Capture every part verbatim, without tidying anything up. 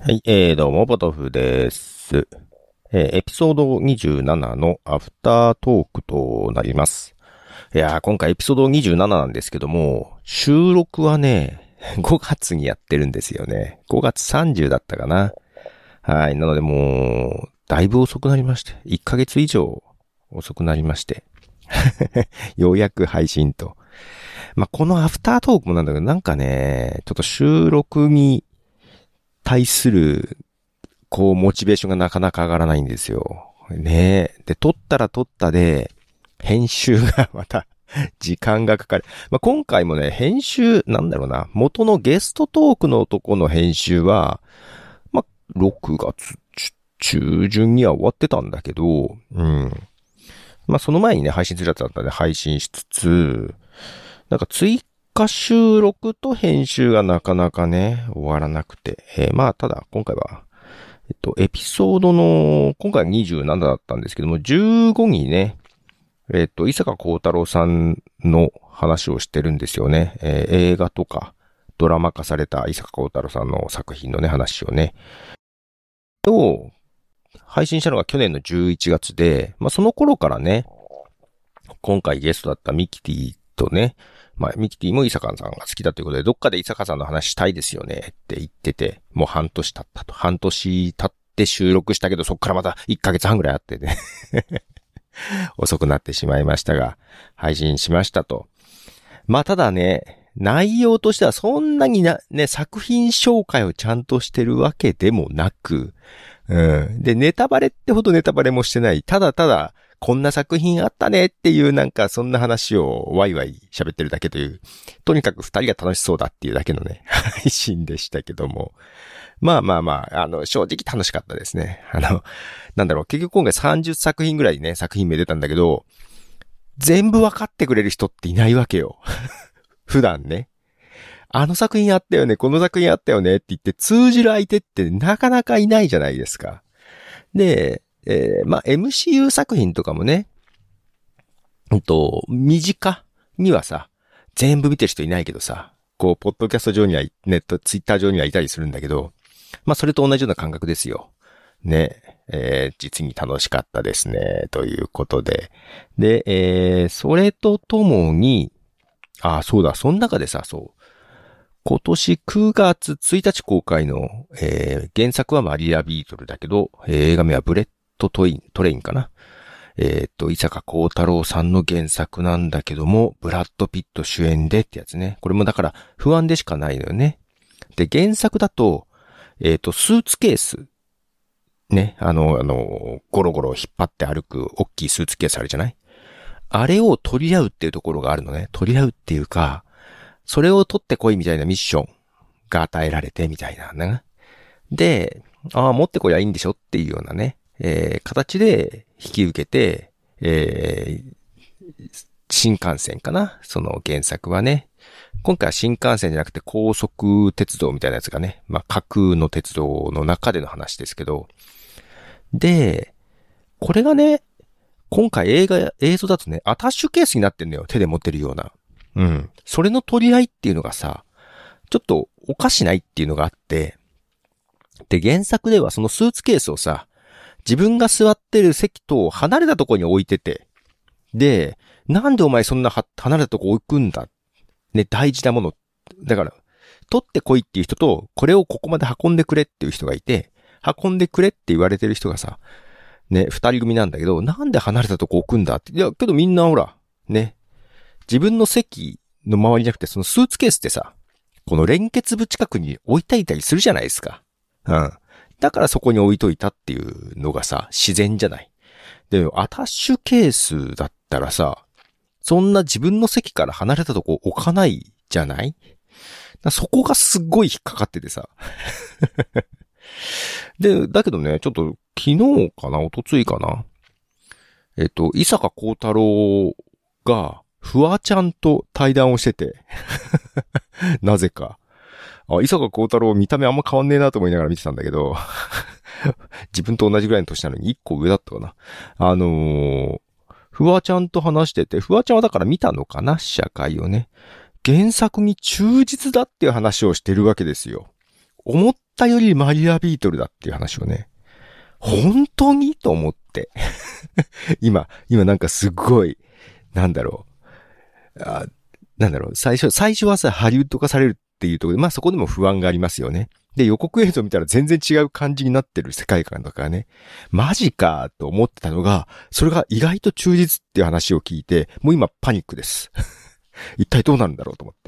はい、えー、どうも、ポトフです。えー、エピソードにじゅうななのアフタートークとなります。いやー、今回エピソードにじゅうなななんですけども、収録はね、ごがつにやってるんですよね。ごがつさんじゅうだったかな。はい、なのでもう、だいぶ遅くなりまして、いっかげつ以上遅くなりまして、ようやく配信と。まあ、このアフタートークもなんだけど、なんかね、ちょっと収録に対するこう、モチベーションがなかなか上がらないんですよ。ねえ。で、撮ったら撮ったで、編集がまた時間がかかる。まあ、今回もね、編集、なんだろうな、元のゲストトークのとこの編集は、まあ、ろくがつ中旬には終わってたんだけど、うん。まあ、その前にね、配信するやつだったんで配信しつつ、なんか追加収録と編集がなかなかね、終わらなくて。えーまあ、ただ、今回は、えっと、エピソードの、今回はにじゅうななだったんですけども、じゅうごにね、えっと、伊坂幸太郎さんの話をしてるんですよね。えー映画とか、ドラマ化された伊坂幸太郎さんの作品のね、話をね。を、配信したのが去年のじゅういちがつで、まあ、その頃からね、今回ゲストだったミキティとね、まあ、ミキティも伊坂さんが好きだということで、どっかで伊坂さんの話したいですよねって言ってて、もう半年経ったと。半年経って収録したけど、そっからまたいっかげつはんぐらいあってね。遅くなってしまいましたが、配信しましたと。まあ、ただね、内容としてはそんなにな、ね、作品紹介をちゃんとしてるわけでもなく、うん。で、ネタバレってほどネタバレもしてない。ただただ、こんな作品あったねっていうなんかそんな話をワイワイ喋ってるだけという、とにかく二人が楽しそうだっていうだけのね、配信でしたけども。まあまあまあ、あの、正直楽しかったですね。あの、なんだろう、結局今回さんじゅっさく品ぐらいね、作品名出たんだけど、全部わかってくれる人っていないわけよ。普段ね。あの作品あったよね、この作品あったよねって言って通じる相手ってなかなかいないじゃないですか。で、えー、まあ、エムシーユー 作品とかもね、うんと、身近にはさ、全部見てる人いないけどさ、こう、ポッドキャスト上には、ネット、ツイッター上にはいたりするんだけど、まあ、それと同じような感覚ですよ。ね。えー、実に楽しかったですね。ということで。で、えー、それとともに、あ、そうだ、その中でさ、そう。今年くがつついたち公開の、えー、原作はマリアビートルだけど、えー映画名はブレッドトイン、トレインかな。えーっと、伊坂幸太郎さんの原作なんだけども、ブラッド・ピット主演でってやつね。これもだから不安でしかないのよね。で、原作だと、えーっと、スーツケース。ね。あの、あの、ゴロゴロ引っ張って歩く大きいスーツケースあるじゃない？あれを取り合うっていうところがあるのね。取り合うっていうか、それを取ってこいみたいなミッションが与えられてみたいなね。で、ああ、持ってこりゃいいんでしょっていうようなね、えー、形で引き受けて、えー、新幹線かなその原作はね。今回は新幹線じゃなくて高速鉄道みたいなやつがね、まあ架空の鉄道の中での話ですけど、で、これがね、今回映画、映像だとね、アタッシュケースになってんのよ。手で持ってるような。うん。それの取り合いっていうのがさ、ちょっとおかしないっていうのがあって、で、原作ではそのスーツケースをさ、自分が座ってる席と離れたところに置いてて、で、なんでお前そんなは離れたとこ置くんだね、大事なもの。だから、取ってこいっていう人と、これをここまで運んでくれっていう人がいて、運んでくれって言われてる人がさ、ね、二人組なんだけど、なんで離れたとこ置くんだって。いや、けどみんなほら、ね、自分の席の周りじゃなくて、そのスーツケースってさ、この連結部近くに置いていたりするじゃないですか。うん。だからそこに置いといたっていうのがさ、自然じゃない。で、アタッシュケースだったらさ、そんな自分の席から離れたとこ置かないじゃない？そこがすっごい引っかかっててさ。で、だけどね、ちょっと昨日かな、一昨日かな。えっと、伊坂幸太郎が、フワちゃんと対談をしてて。なぜか。あ、伊坂幸太郎見た目あんま変わんねえなと思いながら見てたんだけど、自分と同じぐらいの年なのに一個上だったかな。あのー、フワちゃんと話してて、フワちゃんはだから見たのかな試写会をね。原作に忠実だっていう話をしてるわけですよ。思っったよりマリアビートルだっていう話をね、本当にと思って。今、今なんかすごい、なんだろう。あ、なんだろう。最初、最初はさ、ハリウッド化されるっていうところで、まあそこでも不安がありますよね。で、予告映像見たら全然違う感じになってる世界観だからね。マジかと思ってたのが、それが意外と忠実っていう話を聞いて、もう今パニックです。一体どうなるんだろうと思って。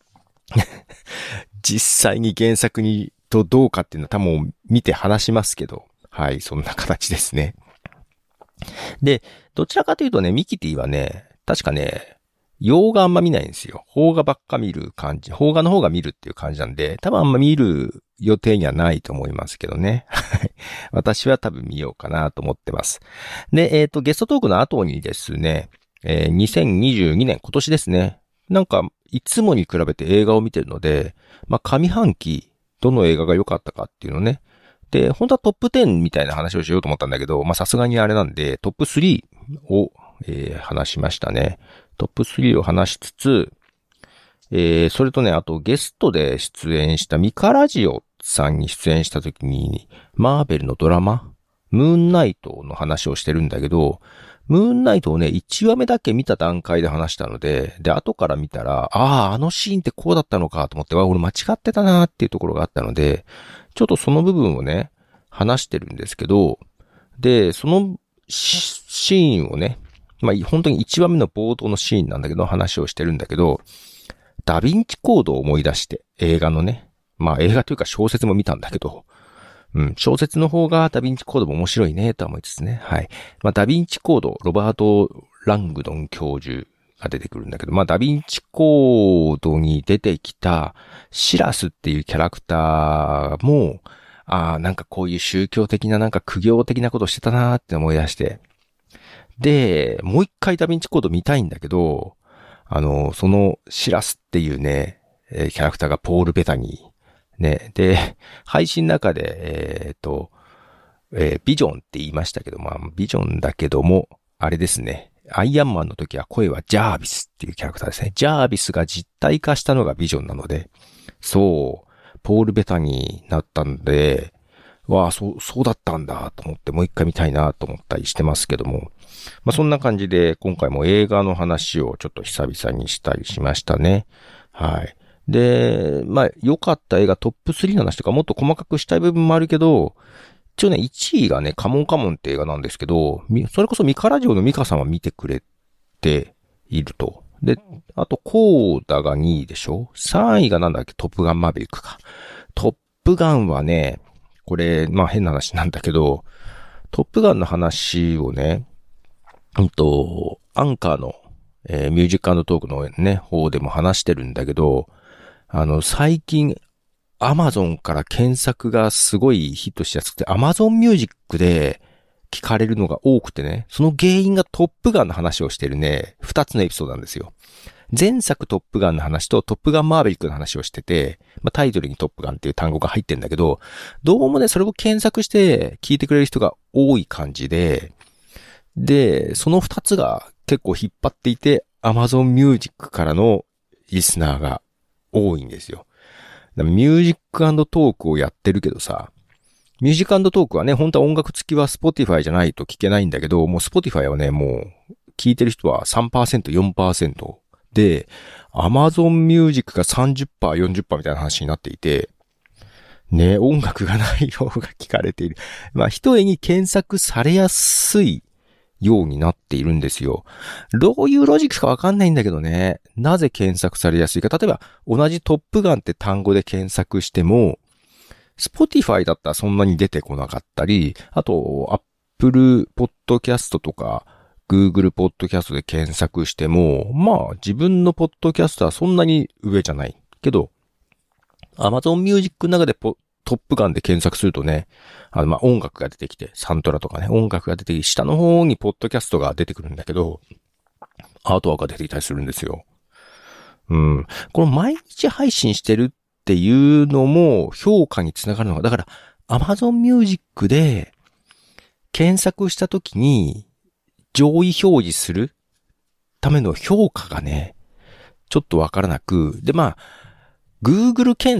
実際に原作にとどうかっていうのは多分見て話しますけど、はい、そんな形ですね。で、どちらかというとね、ミキティはね、確かね、洋画あんま見ないんですよ。邦画ばっか見る感じ。邦画の方が見るっていう感じなんで、多分あんま見る予定にはないと思いますけどね。私は多分見ようかなと思ってます。で、えっと、ゲストトークの後にですね、えー、にせんにじゅうにねん、今年ですね。なんか、いつもに比べて映画を見てるので、まあ、上半期、どの映画が良かったかっていうのね。で、本当はトップじゅうみたいな話をしようと思ったんだけど、まあ、さすがにあれなんで、トップスリーを、えー、話しましたね。トップスリーを話しつつ、えー、それとね、あとゲストで出演したミカラジオさんに出演した時に、マーベルのドラマ、ムーンナイトの話をしてるんだけど、ムーンナイトをね、いちわめだけ見た段階で話したので、で、後から見たら、ああ、あのシーンってこうだったのかと思って、わ、俺間違ってたなーっていうところがあったので、ちょっとその部分をね、話してるんですけど、で、そのシーンをね、まあ、本当にいちわめの冒頭のシーンなんだけど、話をしてるんだけど、ダヴィンチコードを思い出して、映画のね、まあ映画というか小説も見たんだけど、うん、小説の方がダヴィンチコードも面白いね、と思いつつね。はい。まあダヴィンチコード、ロバート・ラングドン教授が出てくるんだけど、まあダヴィンチコードに出てきたシラスっていうキャラクターも、ああ、なんかこういう宗教的ななんか苦行的なことしてたなーって思い出して、で、もう一回ダヴィンチコード見たいんだけど、あの、そのシラスっていうね、えー、キャラクターがポール・ベタニー。ね。で、配信の中で、えっと、えー、ビジョンって言いましたけど、まあ、ビジョンだけども、あれですね。アイアンマンの時は声はジャービスっていうキャラクターですね。ジャービスが実体化したのがビジョンなので、そう、ポール・ベタニーになったんで、わあ、そう、そうだったんだと思ってもう一回見たいなと思ったりしてますけども。まあ、そんな感じで今回も映画の話をちょっと久々にしたりしましたね。はい。で、まあ、良かった映画トップスリーの話とかもっと細かくしたい部分もあるけど、一応ね、いちいがね、カモンカモンって映画なんですけど、それこそミカラジオのミカさんは見てくれていると。で、あとコーダがにいでしょ ?さん 位がなんだっけトップガンマーベリックか。トップガンはね、これ、まあ変な話なんだけど、トップガンの話をね、うんと、アンカーの、えー、ミュージック&トークのね、方でも話してるんだけど、あの、最近、アマゾンから検索がすごいヒットしやすくて、アマゾンミュージックで聞かれるのが多くてね、その原因がトップガンの話をしてるね、二つのエピソードなんですよ。前作トップガンの話とトップガンマーベリックの話をしてて、まあ、タイトルにトップガンっていう単語が入ってんだけど、どうもね、それを検索して聞いてくれる人が多い感じで、で、その二つが結構引っ張っていて、Amazon Music からのリスナーが多いんですよ。ミュージック&トークをやってるけどさ、ミュージック&トークはね、本当は音楽付きは Spotify じゃないと聞けないんだけど、もう Spotify はね、もう聞いてる人は さんパーセント、よんパーセント で、Amazon Music が さんじゅっパーセント、よんじゅっパーセント みたいな話になっていて、ね、音楽がない方が聞かれている。まあ、一重に検索されやすいようになっているんですよ。どういうロジックかわかんないんだけどね。なぜ検索されやすいか。例えば、同じトップガンって単語で検索しても、Spotify だったらそんなに出てこなかったり、あと、Apple Podcast とか、Google Podcast で検索しても、まあ、自分のポッドキャストはそんなに上じゃない。けど、Amazon Music の中でポトップガンで検索するとね、あの、ま、音楽が出てきて、サントラとかね、音楽が出てきて、下の方にポッドキャストが出てくるんだけど、アートワークが出てきたりするんですよ。うん。この毎日配信してるっていうのも評価につながるのが、だから、Amazon Music で検索したときに上位表示するための評価がね、ちょっとわからなく、で、まあ、Google 検索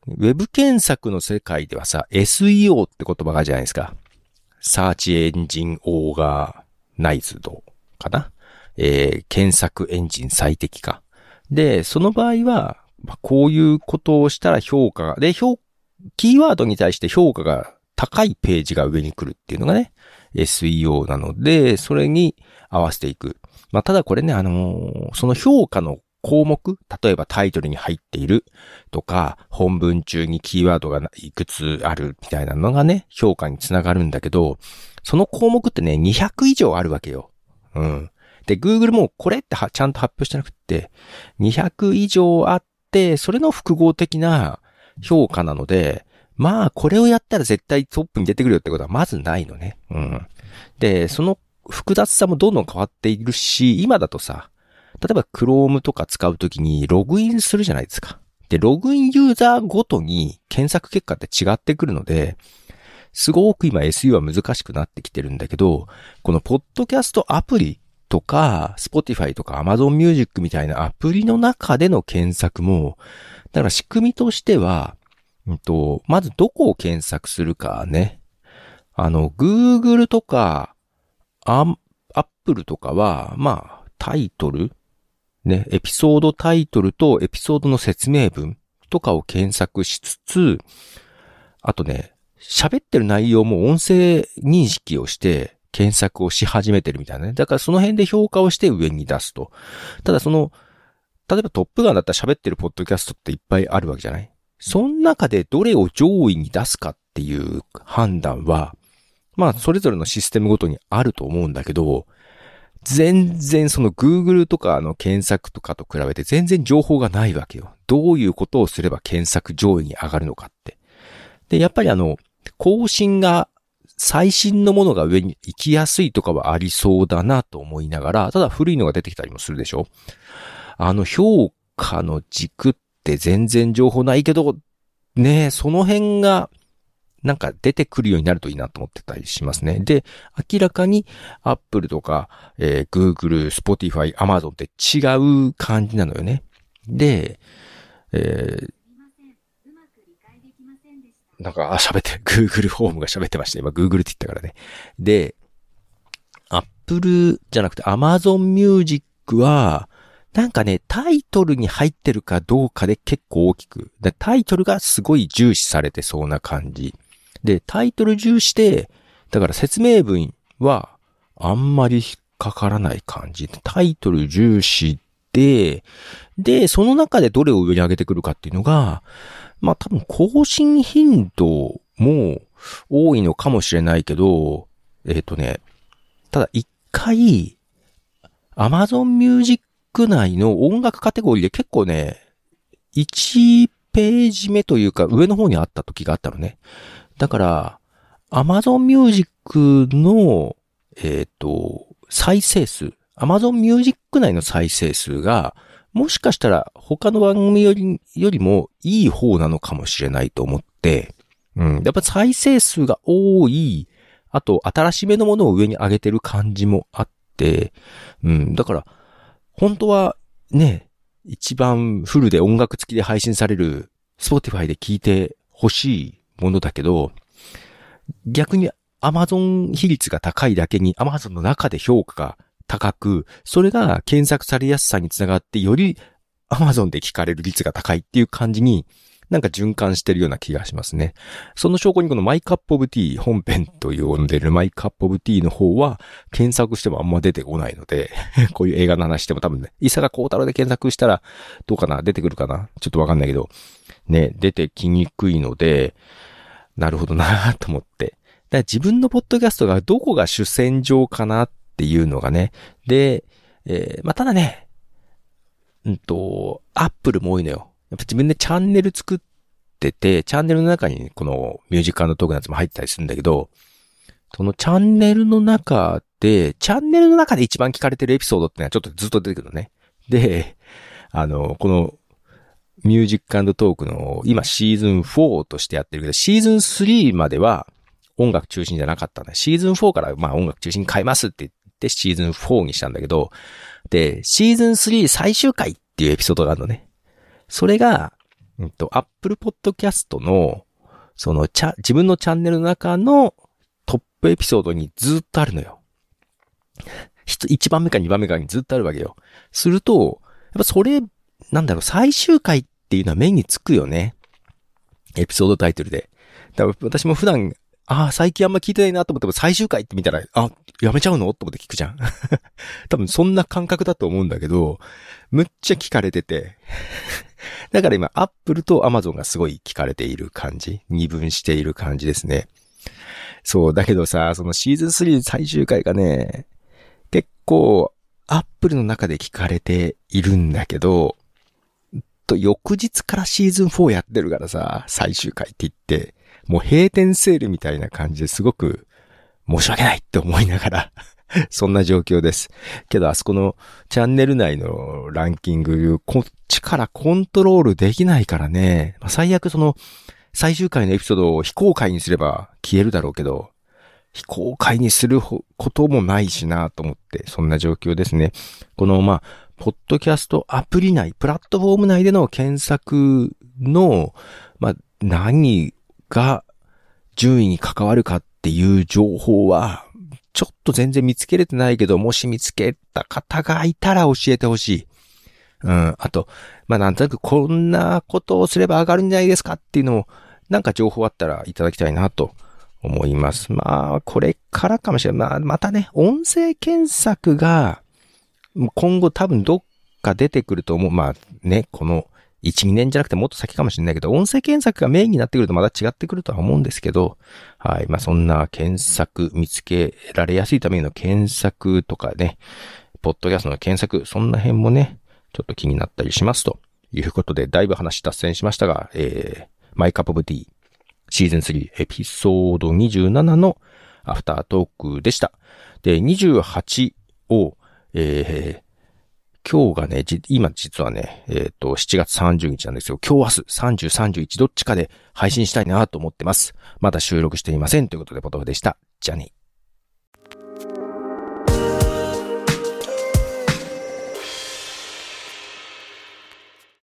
ウェブ検索の世界ではさ、エスイーオー って言葉があるじゃないですか。サーチエンジンオーガナイズドかな、えー、検索エンジン最適化。で、その場合は、まあ、こういうことをしたら評価が、で、評、キーワードに対して評価が高いページが上に来るっていうのがね、エスイーオー なので、それに合わせていく。まあ、ただこれね、あのー、その評価の項目、例えばタイトルに入っているとか、本文中にキーワードがいくつあるみたいなのがね、評価につながるんだけど、その項目ってね、にひゃく以上あるわけよ。うん。で、Google もこれってはちゃんと発表してなくって、にひゃく以上あって、それの複合的な評価なので、まあ、これをやったら絶対トップに出てくるよってことはまずないのね。うん。で、その複雑さもどんどん変わっているし、今だとさ、例えば Chrome とか使うときにログインするじゃないですか。で、ログインユーザーごとに検索結果って違ってくるので、すごく今 エスイーオー は難しくなってきてるんだけど、このポッドキャストアプリとか、Spotify とか Amazon Music みたいなアプリの中での検索も、だから仕組みとしては、うんと、まずどこを検索するかね。あの、Google とか、Apple とかは、まあ、タイトルね、エピソードタイトルとエピソードの説明文とかを検索しつつ、あとね、喋ってる内容も音声認識をして検索をし始めてるみたいなね。だからその辺で評価をして上に出すと。ただその、例えばトップガンだったら喋ってるポッドキャストっていっぱいあるわけじゃない？その中でどれを上位に出すかっていう判断は、まあそれぞれのシステムごとにあると思うんだけど、全然その Google とかの検索とかと比べて全然情報がないわけよ。どういうことをすれば検索上位に上がるのかって。で、やっぱりあの、更新が最新のものが上に行きやすいとかはありそうだなと思いながら、ただ古いのが出てきたりもするでしょ。あの評価の軸って全然情報ないけど、ねえ、その辺がなんか出てくるようになるといいなと思ってたりしますね。で、明らかに Apple とか、えー、Google、Spotify、Amazon って違う感じなのよね。で、えー、なんか、あ、喋ってる。Google ホームが喋ってました。今 Google って言ったからね。で、Apple じゃなくて Amazon Music は、なんかね、タイトルに入ってるかどうかで結構大きく。でタイトルがすごい重視されてそうな感じ。で、タイトル重視で、だから説明文はあんまり引っかからない感じ。タイトル重視で、で、その中でどれを上に上げてくるかっていうのが、まあ多分更新頻度も多いのかもしれないけど、えっとね、ただ一回、Amazon Music 内の音楽カテゴリーで結構ね、いちページ目というか上の方にあった時があったのね。だから、Amazon Music の、えっと、再生数、Amazon Music 内の再生数が、もしかしたら他の番組より、よりもいい方なのかもしれないと思って、うん。やっぱ再生数が多い、あと新しめのものを上に上げてる感じもあって、うん。だから、本当はね、一番フルで音楽付きで配信される Spotify で聴いてほしいものだけど、逆に Amazon 比率が高いだけに Amazon の中で評価が高く、それが検索されやすさにつながって、より Amazon で聞かれる率が高いっていう感じに、なんか循環してるような気がしますね。その証拠にこのマイカップオブティー本編と呼んでるマイカップオブティーの方は検索してもあんま出てこないので、こういう映画の話しても多分ね、伊坂幸太郎で検索したらどうかな出てくるかなちょっとわかんないけど、ね、出てきにくいので、なるほどなと思って。だから自分のポッドキャストがどこが主戦場かなっていうのがね。で、えー、まあ、ただね、うんと、アップルも多いのよ。やっぱ自分でチャンネル作ってて、チャンネルの中にこのミュージック&トークのやつも入ってたりするんだけど、そのチャンネルの中で、チャンネルの中で一番聞かれてるエピソードってのはちょっとずっと出てくるのね。で、あの、このミュージック&トークの今シーズンフォーとしてやってるけど、シーズンスリーまでは音楽中心じゃなかったんだ。シーズンフォーからまあ音楽中心に変えますって言ってシーズンフォーにしたんだけど、で、シーズンスリー最終回っていうエピソードがあるのね。それが、 うんと、Apple Podcast の、その、チャ、自分のチャンネルの中のトップエピソードにずっとあるのよ。いちばんめかにばんめかにずっとあるわけよ。すると、やっぱそれ、なんだろう、最終回っていうのは目につくよね。エピソードタイトルで。だから私も普段、ああ、最近あんま聞いてないなと思っても最終回って見たら、あ、やめちゃうのと思って聞くじゃん。多分そんな感覚だと思うんだけど、むっちゃ聞かれてて。だから今、Apple と Amazon がすごい聞かれている感じ。二分している感じですね。そう、だけどさ、そのシーズンスリー最終回がね、結構、Apple の中で聞かれているんだけど、と翌日からシーズンフォーやってるからさ、最終回って言って、もう閉店セールみたいな感じですごく申し訳ないって思いながら、そんな状況です。けどあそこのチャンネル内のランキング、こっちからコントロールできないからね、まあ、最悪その最終回のエピソードを非公開にすれば消えるだろうけど、非公開にすることもないしなと思って、そんな状況ですね。このまあ、ポッドキャストアプリ内、プラットフォーム内での検索の、まあ、何が順位に関わるかっていう情報は、ちょっと全然見つけれてないけど、もし見つけた方がいたら教えてほしい。うん。あと、まあ、なんとなくこんなことをすれば上がるんじゃないですかっていうのも、なんか情報あったらいただきたいなと思います。まあ、これからかもしれない。まあ、またね、音声検索が、今後多分どっか出てくると思う。まあね、このいち、にねんじゃなくてもっと先かもしれないけど、音声検索がメインになってくるとまた違ってくるとは思うんですけど、はい。まあそんな検索、見つけられやすいための検索とかね、ポッドキャストの検索、そんな辺もね、ちょっと気になったりしますということで、だいぶ話脱線しましたが、えー、マイカップオブティーシーズンスリーエピソードにじゅうななのアフタートークでした。で、にじゅうはちをえー、今日がね、今実はね、えっと、しちがつさんじゅうにちなんですよ。今日明日さんじゅう、さんじゅういちどっちかで配信したいなと思ってます。まだ収録していませんということでポトフでした。じゃあね。